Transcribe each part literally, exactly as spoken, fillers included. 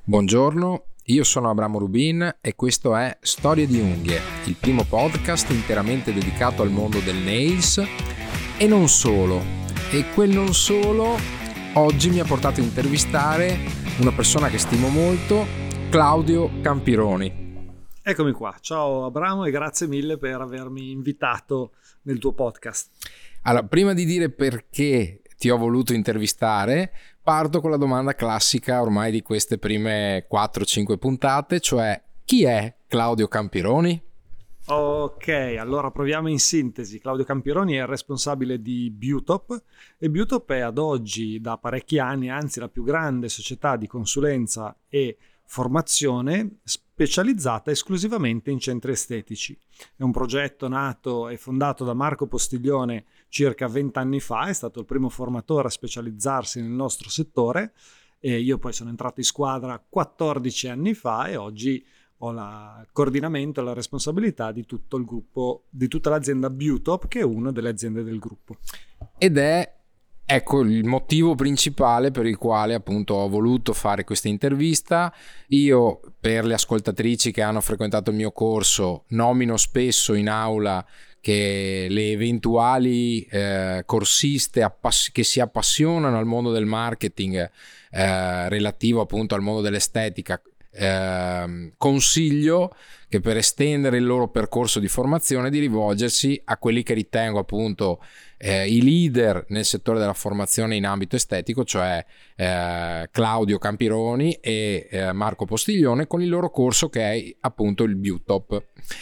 Buongiorno, io sono Abramo Rubin e questo è Storie di Unghie, il primo podcast interamente dedicato al mondo del nails e non solo. E quel non solo oggi mi ha portato a intervistare una persona che stimo molto, Claudio Campironi. Eccomi qua, ciao Abramo e grazie mille per avermi invitato nel tuo podcast. Allora, prima di dire perché ti ho voluto intervistare, parto con la domanda classica ormai di queste prime quattro cinque puntate, cioè chi è Claudio Campironi? Ok, allora proviamo in sintesi. Claudio Campironi è il responsabile di Beautop e Beautop è ad oggi da parecchi anni, anzi la più grande società di consulenza e formazione specializzata esclusivamente in centri estetici. È un progetto nato e fondato da Marco Postiglione circa venti anni fa, è stato il primo formatore a specializzarsi nel nostro settore e io poi sono entrato in squadra quattordici anni fa e oggi ho il coordinamento e la responsabilità di tutto il gruppo, di tutta l'azienda Beautop, che è una delle aziende del gruppo. Ed è ecco il motivo principale per il quale appunto ho voluto fare questa intervista. Io, per le ascoltatrici che hanno frequentato il mio corso, nomino spesso in aula che le eventuali eh, corsiste appass- che si appassionano al mondo del marketing eh, relativo appunto al mondo dell'estetica, eh, consiglio che per estendere il loro percorso di formazione di rivolgersi a quelli che ritengo appunto eh, i leader nel settore della formazione in ambito estetico, cioè eh, Claudio Campironi e eh, Marco Postiglione, con il loro corso che è appunto il Beautop.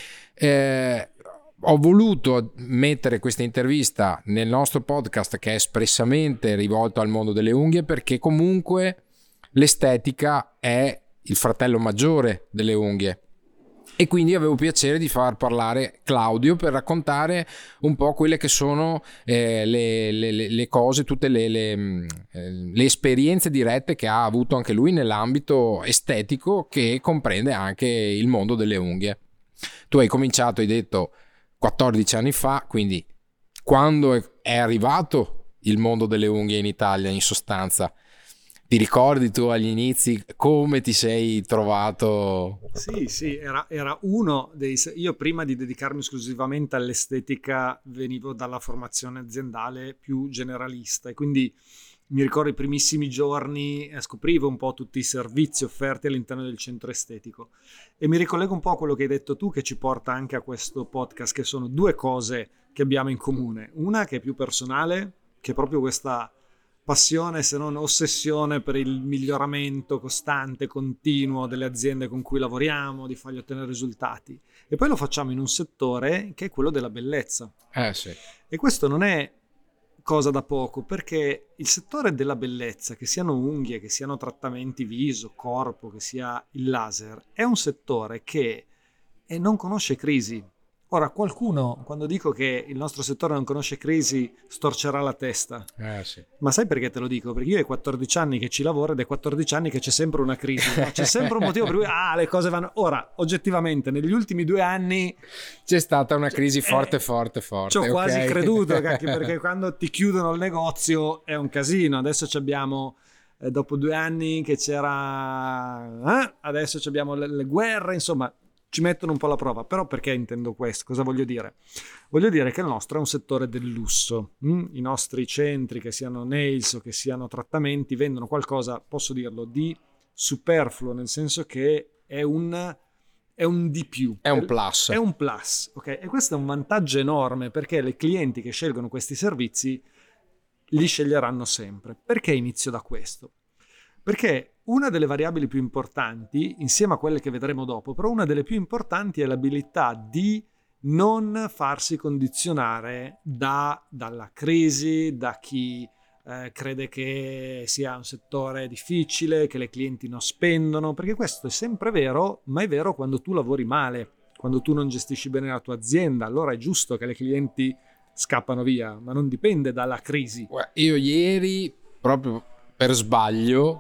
Eh, ho voluto mettere questa intervista nel nostro podcast che è espressamente rivolto al mondo delle unghie perché comunque l'estetica è il fratello maggiore delle unghie e quindi avevo piacere di far parlare Claudio per raccontare un po' quelle che sono eh, le, le, le cose, tutte le, le, le esperienze dirette che ha avuto anche lui nell'ambito estetico che comprende anche il mondo delle unghie. Tu hai cominciato, hai detto, quattordici anni fa, quindi quando è arrivato il mondo delle unghie in Italia in sostanza? Ti ricordi tu agli inizi come ti sei trovato? Sì, sì, era, era uno dei... Io prima di dedicarmi esclusivamente all'estetica venivo dalla formazione aziendale più generalista e quindi mi ricordo i primissimi giorni, eh, scoprivo un po' tutti i servizi offerti all'interno del centro estetico e mi ricollego un po' a quello che hai detto tu che ci porta anche a questo podcast, che sono due cose che abbiamo in comune. Una che è più personale, che è proprio questa passione se non ossessione per il miglioramento costante, continuo delle aziende con cui lavoriamo, di fargli ottenere risultati. E poi lo facciamo in un settore che è quello della bellezza. Eh sì. E questo non è cosa da poco, perché il settore della bellezza, che siano unghie, che siano trattamenti viso, corpo, che sia il laser, è un settore che non conosce crisi. Ora, qualcuno, quando dico che il nostro settore non conosce crisi, storcerà la testa. Eh sì. Ma sai perché te lo dico? Perché io ho quattordici anni che ci lavoro ed è quattordici anni che c'è sempre una crisi. No? C'è sempre un motivo per cui ah, le cose vanno... Ora, oggettivamente, negli ultimi due anni... C'è stata una crisi forte, eh, forte, forte. Ci ho okay. quasi creduto, cacchio, perché quando ti chiudono il negozio è un casino. Adesso abbiamo... Eh, dopo due anni che c'era... Eh? Adesso abbiamo le, le guerre, insomma... ci mettono un po' alla prova, però perché intendo questo? Cosa voglio dire? Voglio dire che il nostro è un settore del lusso. Mm? I nostri centri, che siano nails o che siano trattamenti, vendono qualcosa, posso dirlo, di superfluo, nel senso che è un, è un di più. È un plus. È un plus, ok? E questo è un vantaggio enorme perché le clienti che scelgono questi servizi li sceglieranno sempre. Perché inizio da questo? Perché una delle variabili più importanti, insieme a quelle che vedremo dopo, però una delle più importanti è l'abilità di non farsi condizionare da, dalla crisi, da chi eh, crede che sia un settore difficile, che le clienti non spendono, perché questo è sempre vero, ma è vero quando tu lavori male, quando tu non gestisci bene la tua azienda, allora è giusto che le clienti scappano via, ma non dipende dalla crisi. Io ieri, proprio per sbaglio,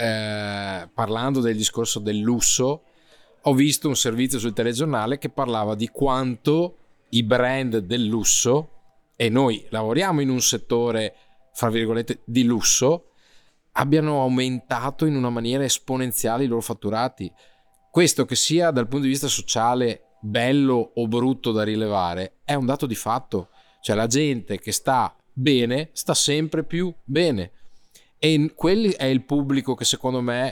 Eh, parlando del discorso del lusso, ho visto un servizio sul telegiornale che parlava di quanto i brand del lusso, e noi lavoriamo in un settore fra virgolette di lusso, abbiano aumentato in una maniera esponenziale i loro fatturati. Questo, che sia dal punto di vista sociale bello o brutto da rilevare, è un dato di fatto. Cioè la gente che sta bene sta sempre più bene, e quelli è il pubblico che secondo me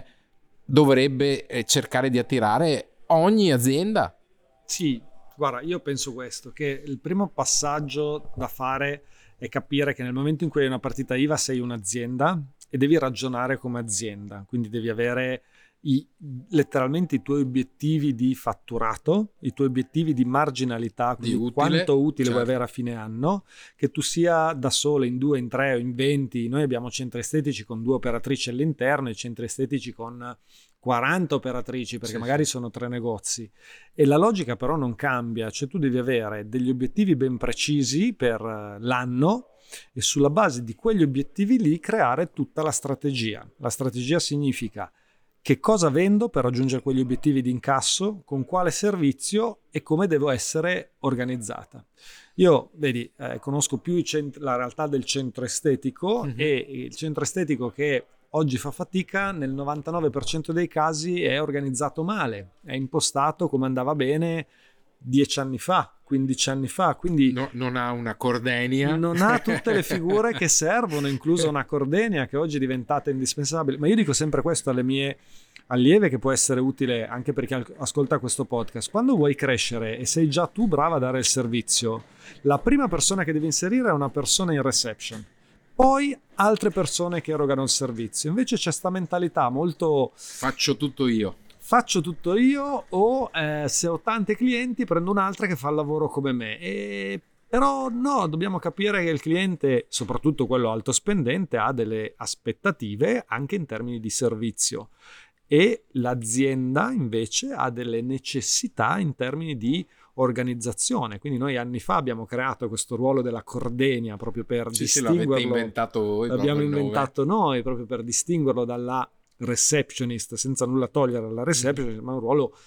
dovrebbe cercare di attirare ogni azienda. Sì, guarda, io penso questo, che il primo passaggio da fare è capire che nel momento in cui hai una partita I V A sei un'azienda e devi ragionare come azienda, quindi devi avere i, letteralmente i tuoi obiettivi di fatturato, i tuoi obiettivi di marginalità, quindi utile, quanto utile certo. vuoi avere a fine anno, che tu sia da solo, in due, in tre o in venti. Noi abbiamo centri estetici con due operatrici all'interno e centri estetici con quaranta operatrici, perché sì, magari sì. sono tre negozi, e la logica però non cambia, cioè tu devi avere degli obiettivi ben precisi per l'anno e sulla base di quegli obiettivi lì creare tutta la strategia. La strategia significa che cosa vendo per raggiungere quegli obiettivi di incasso, con quale servizio e come devo essere organizzata. Io, vedi, eh, conosco più i cent- la realtà del centro estetico, mm-hmm. e il centro estetico che oggi fa fatica, nel novantanove per cento dei casi è organizzato male, è impostato come andava bene dieci anni fa, quindici anni fa, quindi no, non ha una cordenia, non ha tutte le figure che servono, incluso una cordenia che oggi è diventata indispensabile. Ma io dico sempre questo alle mie allieve, che può essere utile anche per chi ascolta questo podcast: quando vuoi crescere e sei già tu brava a dare il servizio, la prima persona che devi inserire è una persona in reception, poi altre persone che erogano il servizio. Invece c'è sta mentalità molto faccio tutto io faccio tutto io o eh, se ho tanti clienti prendo un'altra che fa il lavoro come me. E però no, dobbiamo capire che il cliente, soprattutto quello alto spendente, ha delle aspettative anche in termini di servizio, e l'azienda invece ha delle necessità in termini di organizzazione. Quindi noi anni fa abbiamo creato questo ruolo della cordenia proprio per sì, distinguerlo. Sì, l'avete inventato voi. L'abbiamo inventato noi proprio per distinguerlo dalla receptionist, senza nulla togliere alla receptionist, ma un ruolo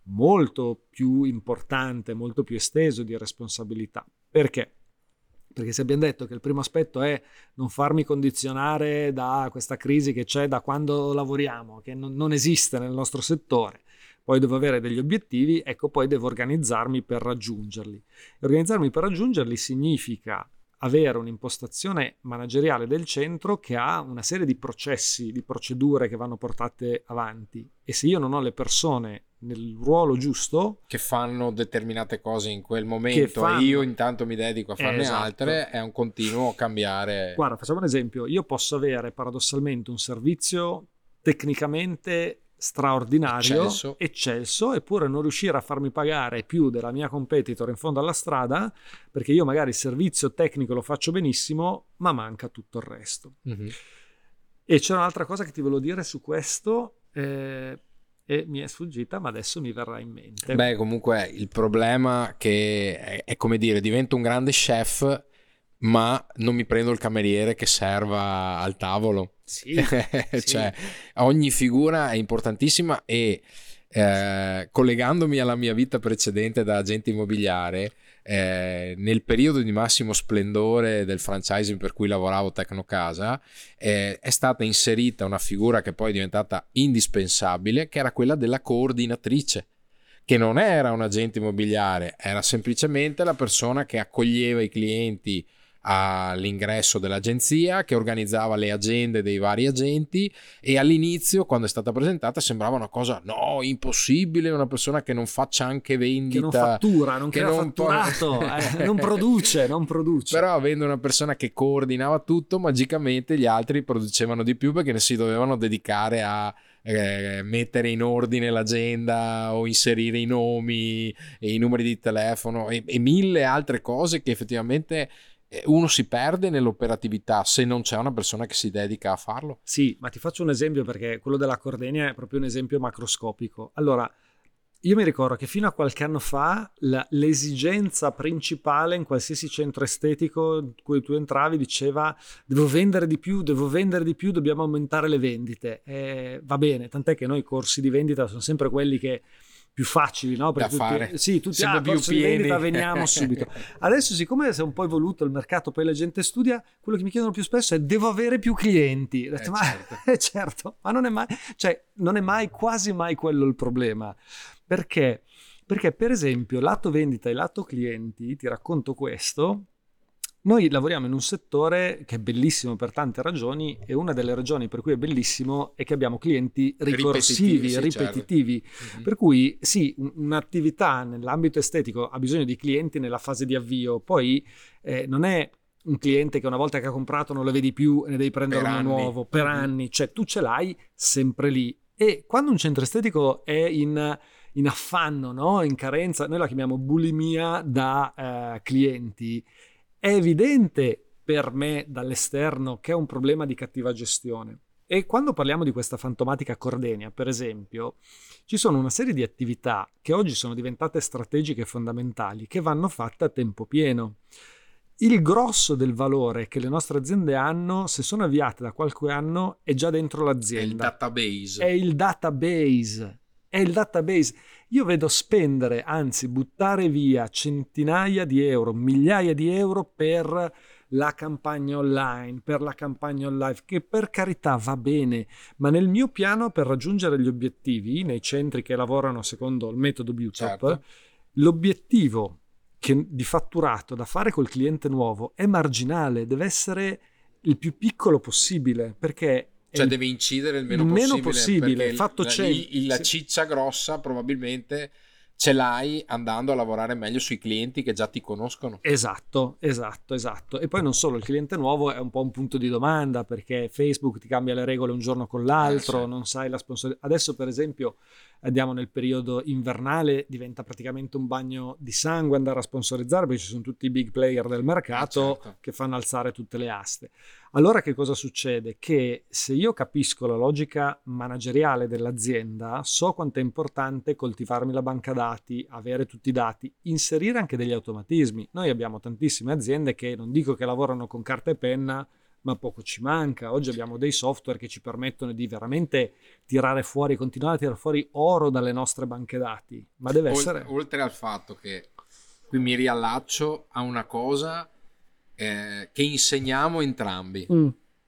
molto più importante, molto più esteso di responsabilità. Perché? Perché se abbiamo detto che il primo aspetto è non farmi condizionare da questa crisi che c'è da quando lavoriamo, che non, non esiste nel nostro settore, poi devo avere degli obiettivi, ecco, poi devo organizzarmi per raggiungerli. E organizzarmi per raggiungerli significa avere un'impostazione manageriale del centro che ha una serie di processi, di procedure che vanno portate avanti, e se io non ho le persone nel ruolo giusto che fanno determinate cose in quel momento fanno, e io intanto mi dedico a farne esatto. altre, è un continuo cambiare. Guarda, facciamo un esempio: io posso avere paradossalmente un servizio tecnicamente straordinario, eccelso. eccelso, eppure non riuscire a farmi pagare più della mia competitor in fondo alla strada, perché io magari il servizio tecnico lo faccio benissimo, ma manca tutto il resto. Mm-hmm. E c'è un'altra cosa che ti volevo dire su questo, eh, e mi è sfuggita, ma adesso mi verrà in mente. Beh, comunque il problema che è, è come dire, divento un grande chef, ma non mi prendo il cameriere che serva al tavolo. Sì, cioè, sì. Ogni figura è importantissima, e eh, collegandomi alla mia vita precedente da agente immobiliare, eh, nel periodo di massimo splendore del franchising per cui lavoravo Tecnocasa, eh, è stata inserita una figura che poi è diventata indispensabile, che era quella della coordinatrice, che non era un agente immobiliare, era semplicemente la persona che accoglieva i clienti all'ingresso dell'agenzia, che organizzava le agende dei vari agenti, e all'inizio, quando è stata presentata, sembrava una cosa no, impossibile, una persona che non faccia anche vendita, che non fattura, non che crea non fatturato, po- eh, non produce, non produce. Però avendo una persona che coordinava tutto, magicamente gli altri producevano di più, perché ne si dovevano dedicare a eh, mettere in ordine l'agenda o inserire i nomi e i numeri di telefono e, e mille altre cose che effettivamente uno si perde nell'operatività se non c'è una persona che si dedica a farlo. Sì, ma ti faccio un esempio, perché quello della cordenia è proprio un esempio macroscopico. Allora, io mi ricordo che fino a qualche anno fa la, l'esigenza principale in qualsiasi centro estetico in cui tu entravi diceva: devo vendere di più, devo vendere di più, dobbiamo aumentare le vendite. Eh, va bene, tant'è che noi i corsi di vendita sono sempre quelli che più facili, no? Da Perché fare. tutti, sì, tutti Siamo ah, più corso di pieni. vendita, veniamo subito. Adesso, siccome si è un po' evoluto il mercato, poi la gente studia, quello che mi chiedono più spesso è: devo avere più clienti? Ho detto, Eh, ma certo. eh, certo, ma non è mai, cioè, non è mai, quasi mai quello il problema. Perché? Perché, per esempio, lato vendita e lato clienti, ti racconto questo. Noi lavoriamo in un settore che è bellissimo per tante ragioni, e una delle ragioni per cui è bellissimo è che abbiamo clienti ricorsivi, Ripetitivi, sì, ripetitivi. certo. Per cui sì, un- un'attività nell'ambito estetico ha bisogno di clienti nella fase di avvio, poi eh, non è un cliente che una volta che ha comprato non lo vedi più e ne devi prendere Per uno anni. nuovo per Mhm. anni, cioè tu ce l'hai sempre lì. E quando un centro estetico è in, in affanno, no? In carenza, noi la chiamiamo bulimia da eh, clienti, è evidente per me dall'esterno che è un problema di cattiva gestione. E quando parliamo di questa fantomatica Cordenia, per esempio, ci sono una serie di attività che oggi sono diventate strategiche e fondamentali, che vanno fatte a tempo pieno. Il grosso del valore che le nostre aziende hanno, se sono avviate da qualche anno, è già dentro l'azienda. È il database. È il database. È il database. Io vedo spendere, anzi buttare via centinaia di euro, migliaia di euro per la campagna online, per la campagna online, che per carità va bene, ma nel mio piano per raggiungere gli obiettivi, nei centri che lavorano secondo il metodo Butop, Certo. l'obiettivo che, di fatturato da fare col cliente nuovo è marginale, deve essere il più piccolo possibile, perché Cioè il, deve incidere il meno, il meno possibile, possibile, perché fatto la, c'è, il- la sì. ciccia grossa probabilmente ce l'hai andando a lavorare meglio sui clienti che già ti conoscono. Esatto, esatto, esatto. E poi non solo, il cliente nuovo è un po' un punto di domanda, perché Facebook ti cambia le regole un giorno con l'altro, Eh, sì. non sai la sponsor. Adesso per esempio andiamo nel periodo invernale, diventa praticamente un bagno di sangue andare a sponsorizzare, perché ci sono tutti i big player del mercato Eh, certo. che fanno alzare tutte le aste. Allora che cosa succede? Che se io capisco la logica manageriale dell'azienda, so quanto è importante coltivarmi la banca dati, avere tutti i dati, inserire anche degli automatismi. Noi abbiamo tantissime aziende che non dico che lavorano con carta e penna, ma poco ci manca. Oggi abbiamo dei software che ci permettono di veramente tirare fuori, continuare a tirare fuori oro dalle nostre banche dati, ma deve Oltre, essere... oltre al fatto che qui mi riallaccio a una cosa eh, che insegniamo entrambi. Mm.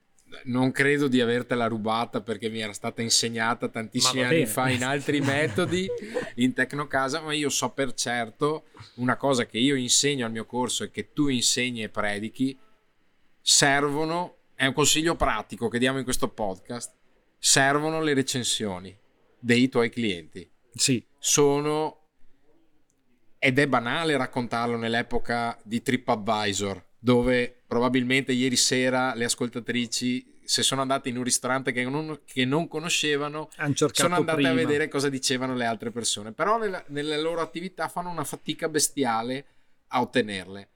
Non credo di avertela rubata perché mi era stata insegnata tantissimi Ma va anni bene. fa in altri metodi in Tecnocasa, ma io so per certo una cosa che io insegno al mio corso e che tu insegni e predichi: servono, è un consiglio pratico che diamo in questo podcast, servono le recensioni dei tuoi clienti. Sì. Sono, ed è banale raccontarlo nell'epoca di TripAdvisor, dove probabilmente ieri sera le ascoltatrici, se sono andate in un ristorante che non, che non conoscevano, sono andate prima. a vedere cosa dicevano le altre persone, però nella, nelle loro attività fanno una fatica bestiale a ottenerle.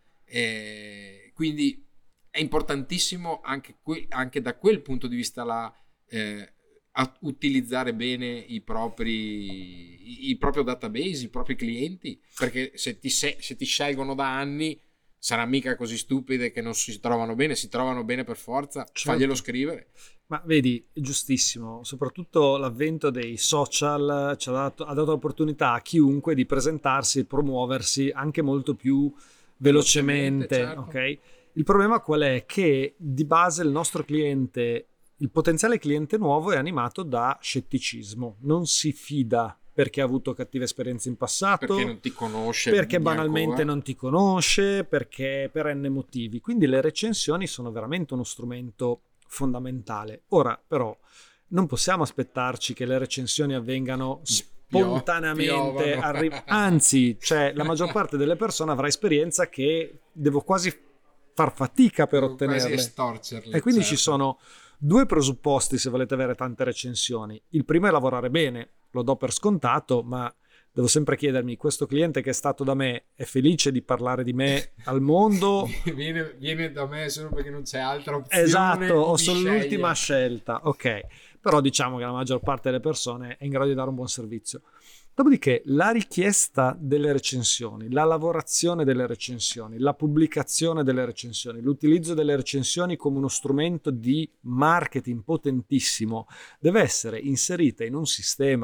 E quindi è importantissimo anche, que- anche da quel punto di vista la, eh, a utilizzare bene i propri i, il proprio database, i propri clienti, perché se ti, se, se ti scelgono da anni sarà mica così stupide che non si trovano bene, si trovano bene per forza, Certo. faglielo scrivere. Ma vedi, è giustissimo, soprattutto l'avvento dei social ci ha dato, ha dato l'opportunità a chiunque di presentarsi e promuoversi anche molto più velocemente, Velocemente, certo. ok? Il problema qual è? Che di base il nostro cliente, il potenziale cliente nuovo è animato da scetticismo, non si fida perché ha avuto cattive esperienze in passato, perché non ti conosce, perché banalmente ancora. non ti conosce, perché per n motivi. Quindi le recensioni sono veramente uno strumento fondamentale. Ora però non possiamo aspettarci che le recensioni avvengano spontaneamente, arri- anzi, cioè la maggior parte delle persone avrà esperienza che devo quasi far fatica per devo ottenerle, quasi estorcerle, e quindi certo. ci sono due presupposti se volete avere tante recensioni. Il primo è lavorare bene, lo do per scontato, ma devo sempre chiedermi: questo cliente che è stato da me è felice di parlare di me al mondo? viene, viene da me solo perché non c'è altra opzione, Esatto, o mi sono sceglie. l'ultima scelta, ok. Però diciamo che la maggior parte delle persone è in grado di dare un buon servizio. Dopodiché la richiesta delle recensioni, la lavorazione delle recensioni, la pubblicazione delle recensioni, l'utilizzo delle recensioni come uno strumento di marketing potentissimo deve essere inserita in un sistema.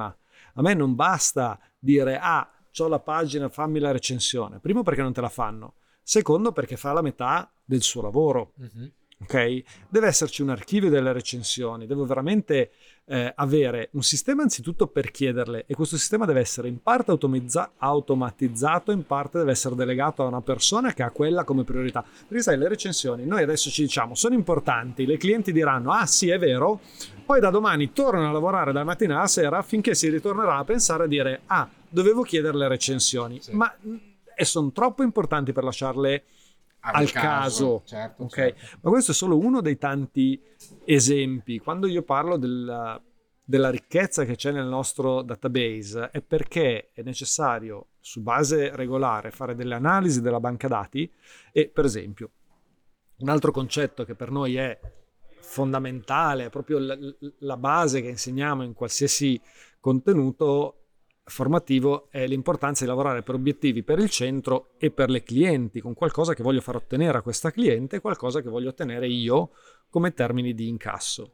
A me non basta dire ah, c'ho la pagina, fammi la recensione. Primo perché non te la fanno. Secondo perché fa la metà del suo lavoro. Mm-hmm. Ok? Deve esserci un archivio delle recensioni, devo veramente eh, avere un sistema anzitutto per chiederle, e questo sistema deve essere in parte automizza- automatizzato, in parte deve essere delegato a una persona che ha quella come priorità. Perché sai, le recensioni, noi adesso ci diciamo, sono importanti, le clienti diranno ah sì è vero, poi da domani tornano a lavorare dalla mattina alla sera finché si ritornerà a pensare a dire ah, dovevo chiedere le recensioni, sì. ma e sono troppo importanti per lasciarle al, al caso, caso. Certo, okay? Certo. Ma questo è solo uno dei tanti esempi. Quando io parlo della, della ricchezza che c'è nel nostro database è perché è necessario su base regolare fare delle analisi della banca dati. E per esempio un altro concetto che per noi è fondamentale, è proprio la, la base che insegniamo in qualsiasi contenuto formativo, è l'importanza di lavorare per obiettivi per il centro e per le clienti, con qualcosa che voglio far ottenere a questa cliente e qualcosa che voglio ottenere io come termini di incasso.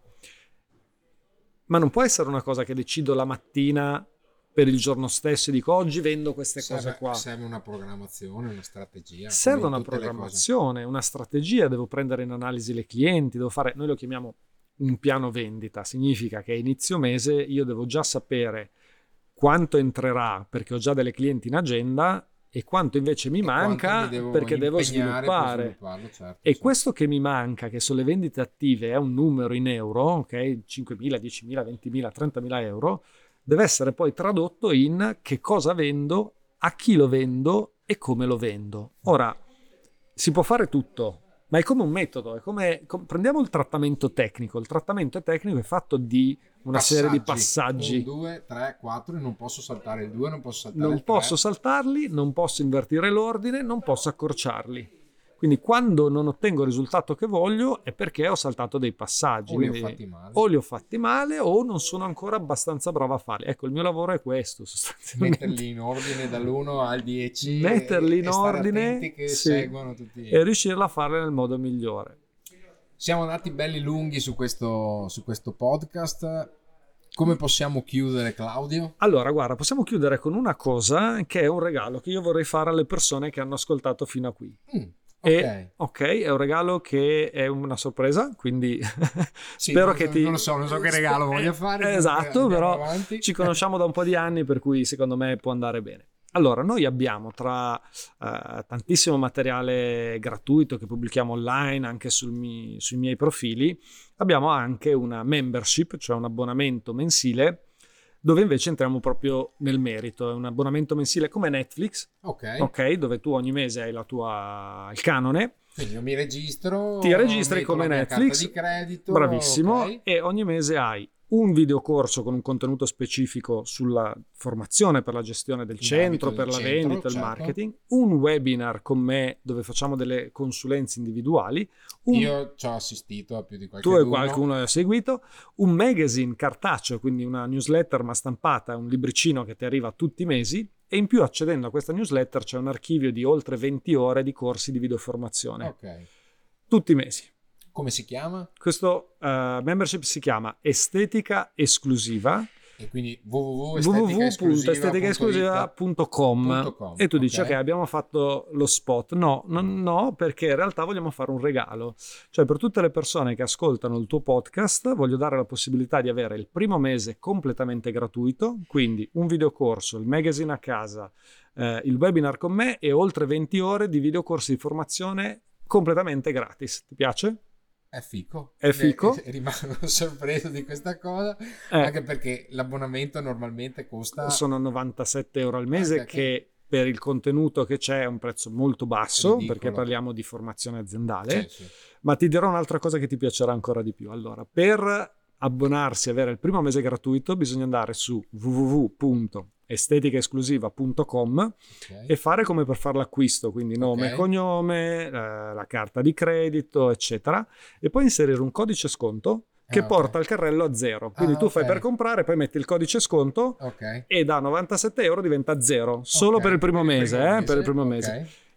Ma non può essere una cosa che decido la mattina per il giorno stesso e dico oggi vendo queste serve, cose qua. Serve una programmazione, una strategia. Serve una programmazione, una strategia, devo prendere in analisi le clienti, devo fare, noi lo chiamiamo un piano vendita, significa che a inizio mese io devo già sapere quanto entrerà perché ho già delle clienti in agenda e quanto invece mi e manca devo perché devo sviluppare. Certo, e sì. Questo che mi manca, che sono le vendite attive, è un numero in euro, ok? cinquemila, diecimila, ventimila, trentamila euro, deve essere poi tradotto in che cosa vendo, a chi lo vendo e come lo vendo. Ora, si può fare tutto, ma è come un metodo, è come, com- prendiamo il trattamento tecnico. Il trattamento tecnico è fatto di una passaggi. serie di passaggi. un, due, tre, quattro, non posso saltare il due, non posso saltare non il tre. Non posso saltarli, non posso invertire l'ordine, non posso accorciarli. Quindi quando non ottengo il risultato che voglio è perché ho saltato dei passaggi. O Quindi, li ho fatti male. O li ho fatti male o non sono ancora abbastanza bravo a farli. Ecco, il mio lavoro è questo sostanzialmente. Metterli in ordine dall'uno al dieci. Metterli e, in e ordine che sì, seguono tutti. E riuscirla a farle nel modo migliore. Siamo andati belli lunghi su questo, su questo podcast. Come possiamo chiudere, Claudio? Allora, guarda, possiamo chiudere con una cosa che è un regalo che io vorrei fare alle persone che hanno ascoltato fino a qui. Mm. E, okay. ok, è un regalo che è una sorpresa, quindi sì, spero non, che ti... Non lo so, non so che regalo voglio fare. Esatto, però avanti. Ci conosciamo da un po' di anni, per cui secondo me può andare bene. Allora, noi abbiamo tra uh, tantissimo materiale gratuito che pubblichiamo online, anche sul mi, sui miei profili, abbiamo anche una membership, cioè un abbonamento mensile, dove invece entriamo proprio nel merito. È un abbonamento mensile come Netflix, ok, okay, dove tu ogni mese hai la tua, il canone. Quindi io mi registro, ti registri come la Netflix, carta di credito, bravissimo, okay. E ogni mese hai un videocorso con un contenuto specifico sulla formazione per la gestione del centro, per la centro, vendita, certo. il marketing, un webinar con me dove facciamo delle consulenze individuali. Un... Io ci ho assistito a più di qualche Tu e qualcuno hai seguito. Un magazine cartaceo, quindi una newsletter ma stampata, un libricino che ti arriva tutti i mesi, e in più accedendo a questa newsletter c'è un archivio di oltre venti ore di corsi di videoformazione. Ok. Tutti i mesi. Come si chiama? Questo uh, membership si chiama Estetica Esclusiva. E quindi w w w punto estetica esclusiva punto com e tu dici okay. ok, abbiamo fatto lo spot. No, no, no, perché in realtà vogliamo fare un regalo. Cioè, per tutte le persone che ascoltano il tuo podcast voglio dare la possibilità di avere il primo mese completamente gratuito, quindi un videocorso, il magazine a casa, eh, il webinar con me e oltre venti ore di videocorsi di formazione completamente gratis. Ti piace? È fico, è fico. E, e rimango sorpreso di questa cosa, eh. anche perché l'abbonamento normalmente costa... Sono novantasette euro al mese, ah, che, che per il contenuto che c'è è un prezzo molto basso, perché parliamo di formazione aziendale, sì, sì. Ma ti dirò un'altra cosa che ti piacerà ancora di più. Allora, per abbonarsi e avere il primo mese gratuito bisogna andare su w w w punto estetica esclusiva punto com okay. e fare come per fare l'acquisto, quindi nome okay. e cognome, eh, la carta di credito, eccetera, e poi inserire un codice sconto che ah, porta okay. il carrello a zero. Quindi ah, tu fai okay. per comprare, poi metti il codice sconto okay. e da novantasette euro diventa zero, solo okay. per il primo per mese, il primo eh, mese. per il primo okay. mese.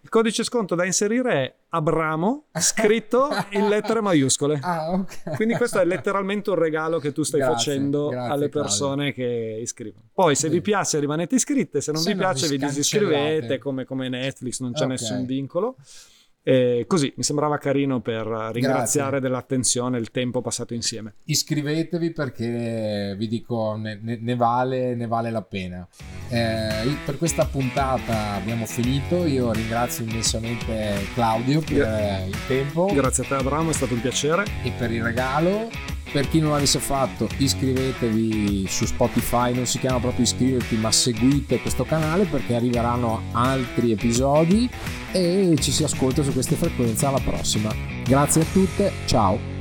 Il codice sconto da inserire è Abramo, scritto in lettere maiuscole. Ah, ok. Quindi questo è letteralmente un regalo che tu stai Grazie, facendo grazie, alle persone Claudio. che iscrivono. Poi se Bene. vi piace rimanete iscritte, se non Se vi no, piace vi vi disiscrivete, scancellate. come, come Netflix, non c'è Ok. nessun vincolo. E così mi sembrava carino per ringraziare Grazie. dell'attenzione, il tempo passato insieme. Iscrivetevi perché vi dico ne, ne- ne vale, ne vale la pena. Eh, per questa puntata abbiamo finito. Io ringrazio immensamente Claudio per Gra- il tempo Grazie a te Abramo, è stato un piacere. e per il regalo. Per chi non l'avesse fatto, iscrivetevi su Spotify, non si chiama proprio iscriverti, ma seguite questo canale perché arriveranno altri episodi e ci si ascolta su queste frequenze. Alla prossima. Grazie a tutte, ciao.